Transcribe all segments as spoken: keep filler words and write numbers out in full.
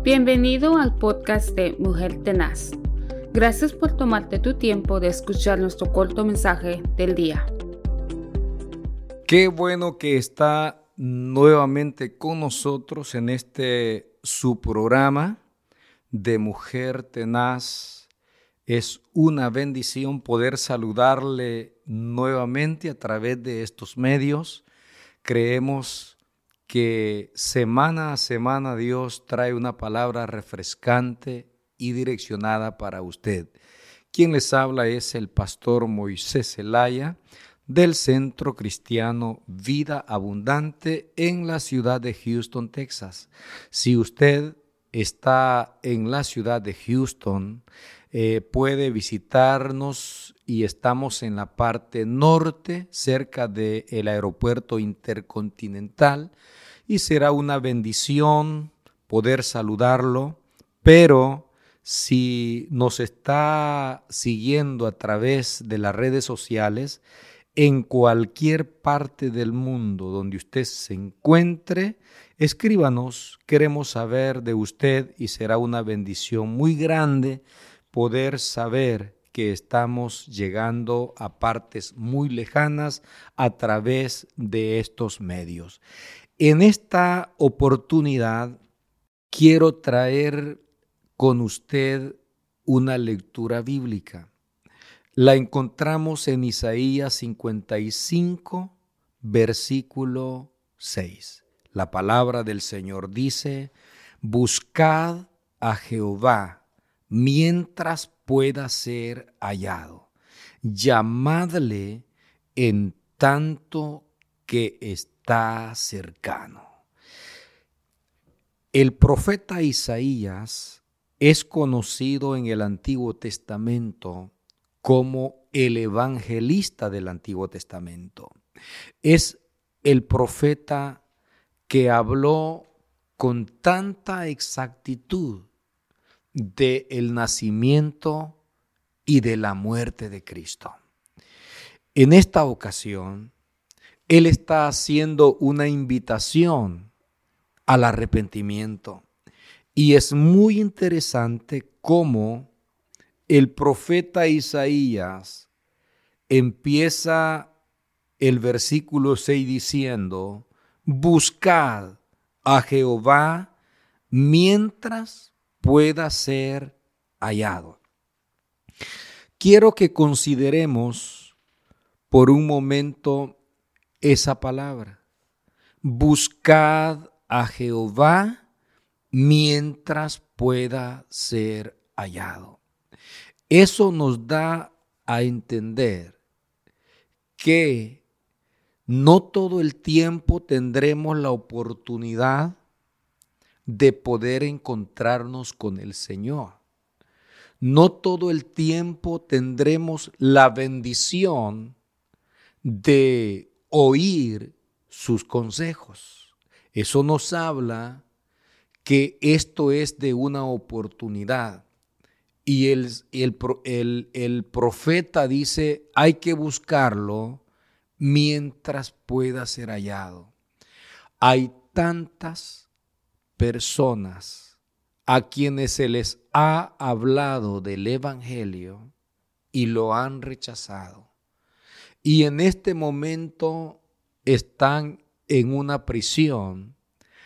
Bienvenido al podcast de Mujer Tenaz. Gracias por tomarte tu tiempo de escuchar nuestro corto mensaje del día. Qué bueno que está nuevamente con nosotros en este su programa de Mujer Tenaz. Es una bendición poder saludarle nuevamente a través de estos medios. Creemos que semana a semana Dios trae una palabra refrescante y direccionada para usted. Quien les habla es el pastor Moisés Zelaya del Centro Cristiano Vida Abundante en la ciudad de Houston, Texas. Si usted está en la ciudad de Houston, eh, puede visitarnos y estamos en la parte norte, cerca del aeropuerto intercontinental, y será una bendición poder saludarlo, pero si nos está siguiendo a través de las redes sociales, en cualquier parte del mundo donde usted se encuentre, escríbanos, queremos saber de usted y será una bendición muy grande poder saber que estamos llegando a partes muy lejanas a través de estos medios. En esta oportunidad quiero traer con usted una lectura bíblica. La encontramos en Isaías cincuenta y cinco, versículo seis. La palabra del Señor dice: buscad a Jehová mientras pueda ser hallado. Llamadle en tanto que está cercano. El profeta Isaías es conocido en el Antiguo Testamento como el evangelista del Antiguo Testamento. Es el profeta que habló con tanta exactitud del nacimiento y de la muerte de Cristo. En esta ocasión, él está haciendo una invitación al arrepentimiento. Y es muy interesante cómo el profeta Isaías empieza el versículo seis diciendo: buscad a Jehová mientras pueda ser hallado. Quiero que consideremos por un momento esa palabra. Buscad a Jehová mientras pueda ser hallado. Eso nos da a entender que no todo el tiempo tendremos la oportunidad de poder encontrarnos con el Señor. No todo el tiempo tendremos la bendición de oír sus consejos. Eso nos habla que esto es de una oportunidad. Y el, el, el, el profeta dice, hay que buscarlo mientras pueda ser hallado. Hay tantas personas a quienes se les ha hablado del evangelio y lo han rechazado. Y en este momento están en una prisión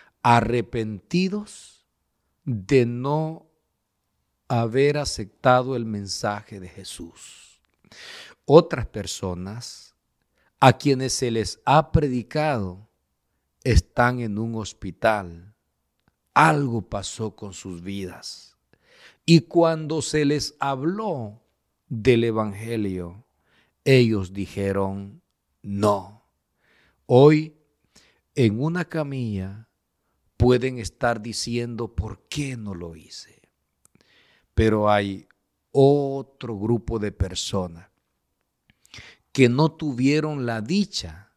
arrepentidos de no haber aceptado el mensaje de Jesús. Otras personas a quienes se les ha predicado están en un hospital. Algo pasó con sus vidas. Y cuando se les habló del evangelio, ellos dijeron no. Hoy en una camilla pueden estar diciendo ¿por qué no lo hice? Pero hay otro grupo de personas que no tuvieron la dicha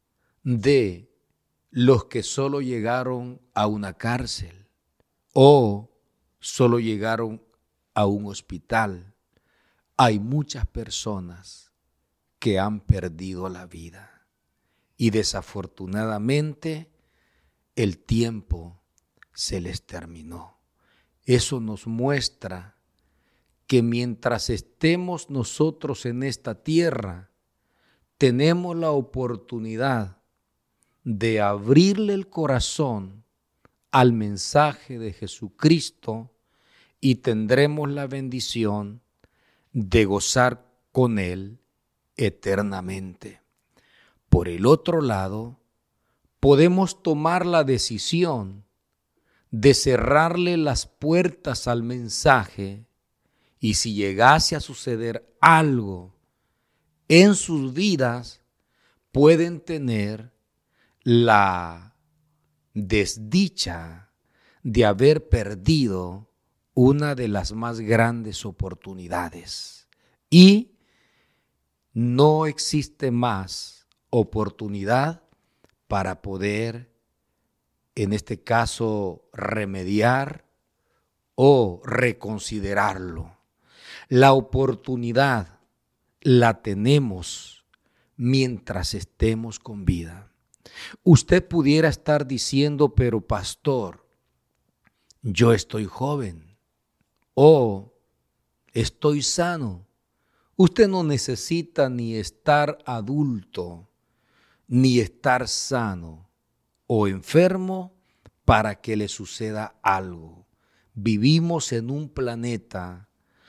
de los que solo llegaron a una cárcel o solo llegaron a un hospital. Hay muchas personas que han perdido la vida y desafortunadamente el tiempo se les terminó. Eso nos muestra que mientras estemos nosotros en esta tierra, tenemos la oportunidad de abrirle el corazón al mensaje de Jesucristo y tendremos la bendición de gozar con Él eternamente. Por el otro lado, podemos tomar la decisión de cerrarle las puertas al mensaje y si llegase a suceder algo en sus vidas, pueden tener la desdicha de haber perdido una de las más grandes oportunidades. Y no existe más oportunidad para poder, en este caso, remediar o reconsiderarlo. La oportunidad la tenemos mientras estemos con vida. Usted pudiera estar diciendo, pero pastor, yo estoy joven o estoy sano. Usted no necesita ni estar adulto, ni estar sano o enfermo para que le suceda algo. Vivimos en un planeta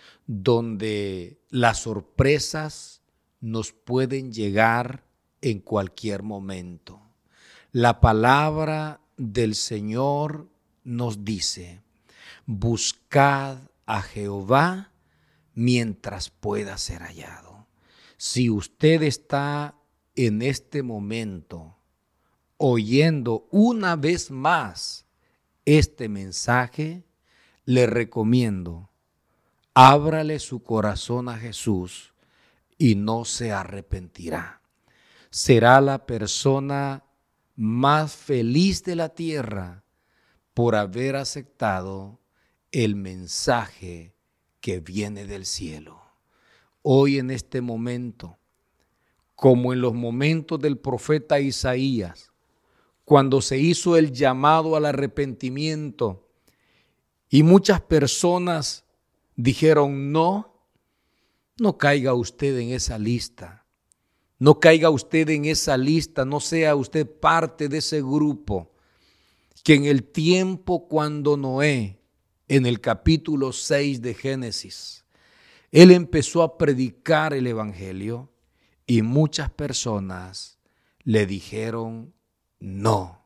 donde las sorpresas nos pueden llegar en cualquier momento. La palabra del Señor nos dice: buscad a Jehová mientras pueda ser hallado. Si usted está en este momento oyendo una vez más este mensaje, le recomiendo, ábrale su corazón a Jesús y no se arrepentirá. Será la persona más feliz de la tierra por haber aceptado el mensaje que viene del cielo. Hoy en este momento, como en los momentos del profeta Isaías, cuando se hizo el llamado al arrepentimiento y muchas personas dijeron no, no caiga usted en esa lista. No caiga usted en esa lista, no sea usted parte de ese grupo que en el tiempo cuando Noé, en el capítulo seis de Génesis, él empezó a predicar el evangelio y muchas personas le dijeron no,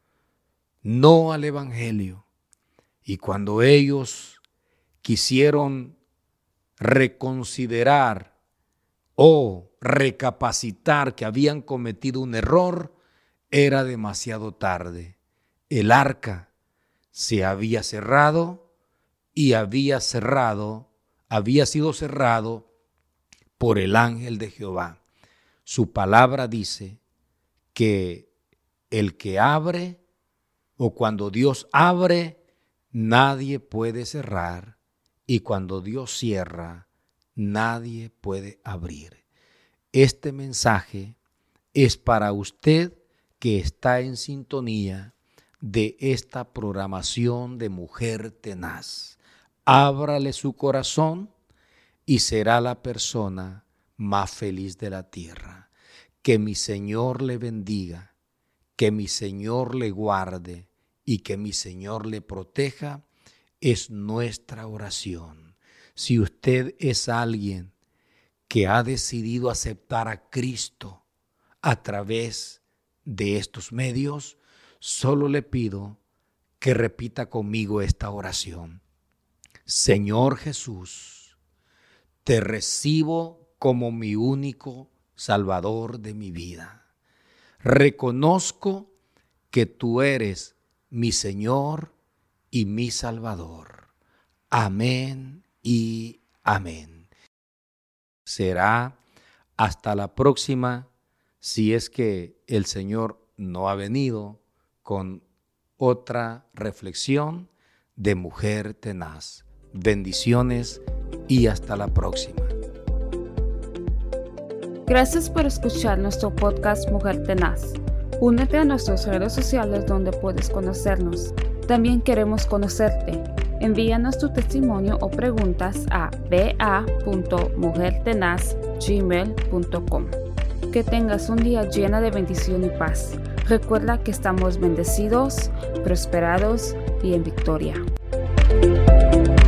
no al evangelio. Y cuando ellos quisieron reconsiderar o recapacitar que habían cometido un error, era demasiado tarde. El arca se había cerrado y había cerrado, había sido cerrado por el ángel de Jehová. Su palabra dice que el que abre o cuando Dios abre, nadie puede cerrar, y cuando Dios cierra, nadie puede abrir. Este mensaje es para usted que está en sintonía de esta programación de Mujer Tenaz. Ábrale su corazón y será la persona más feliz de la tierra. Que mi Señor le bendiga, que mi Señor le guarde y que mi Señor le proteja, es nuestra oración. Si usted es alguien que ha decidido aceptar a Cristo a través de estos medios, solo le pido que repita conmigo esta oración. Señor Jesús, te recibo como mi único Salvador de mi vida. Reconozco que tú eres mi Señor y mi Salvador. Amén y amén. Será hasta la próxima, si es que el Señor no ha venido, con otra reflexión de Mujer Tenaz. Bendiciones y hasta la próxima. Gracias por escuchar nuestro podcast Mujer Tenaz. Únete a nuestras redes sociales donde puedes conocernos. También queremos conocerte. Envíanos tu testimonio o preguntas a b a punto mujer tenaz arroba gmail punto com. Que tengas un día lleno de bendición y paz. Recuerda que estamos bendecidos, prosperados y en victoria.